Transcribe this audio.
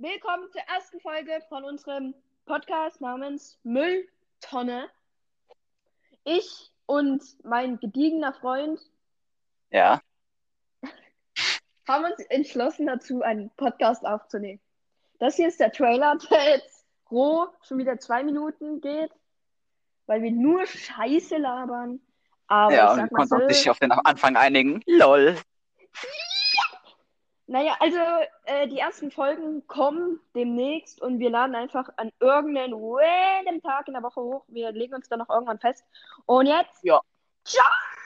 Willkommen zur ersten Folge von unserem Podcast namens Mülltonne. Ich und mein gediegener Freund Ja, haben uns entschlossen dazu, einen Podcast aufzunehmen. Das hier ist der Trailer, der jetzt roh schon wieder 2 Minuten geht, weil wir nur Scheiße labern. Aber ich ja, und wir sag mal konnten so, uns nicht auf den Anfang einigen. LOL. naja, also die ersten Folgen kommen demnächst und wir laden einfach an irgendeinen random Tag in der Woche hoch. Wir legen uns dann noch irgendwann fest. Und jetzt, Ja. ciao!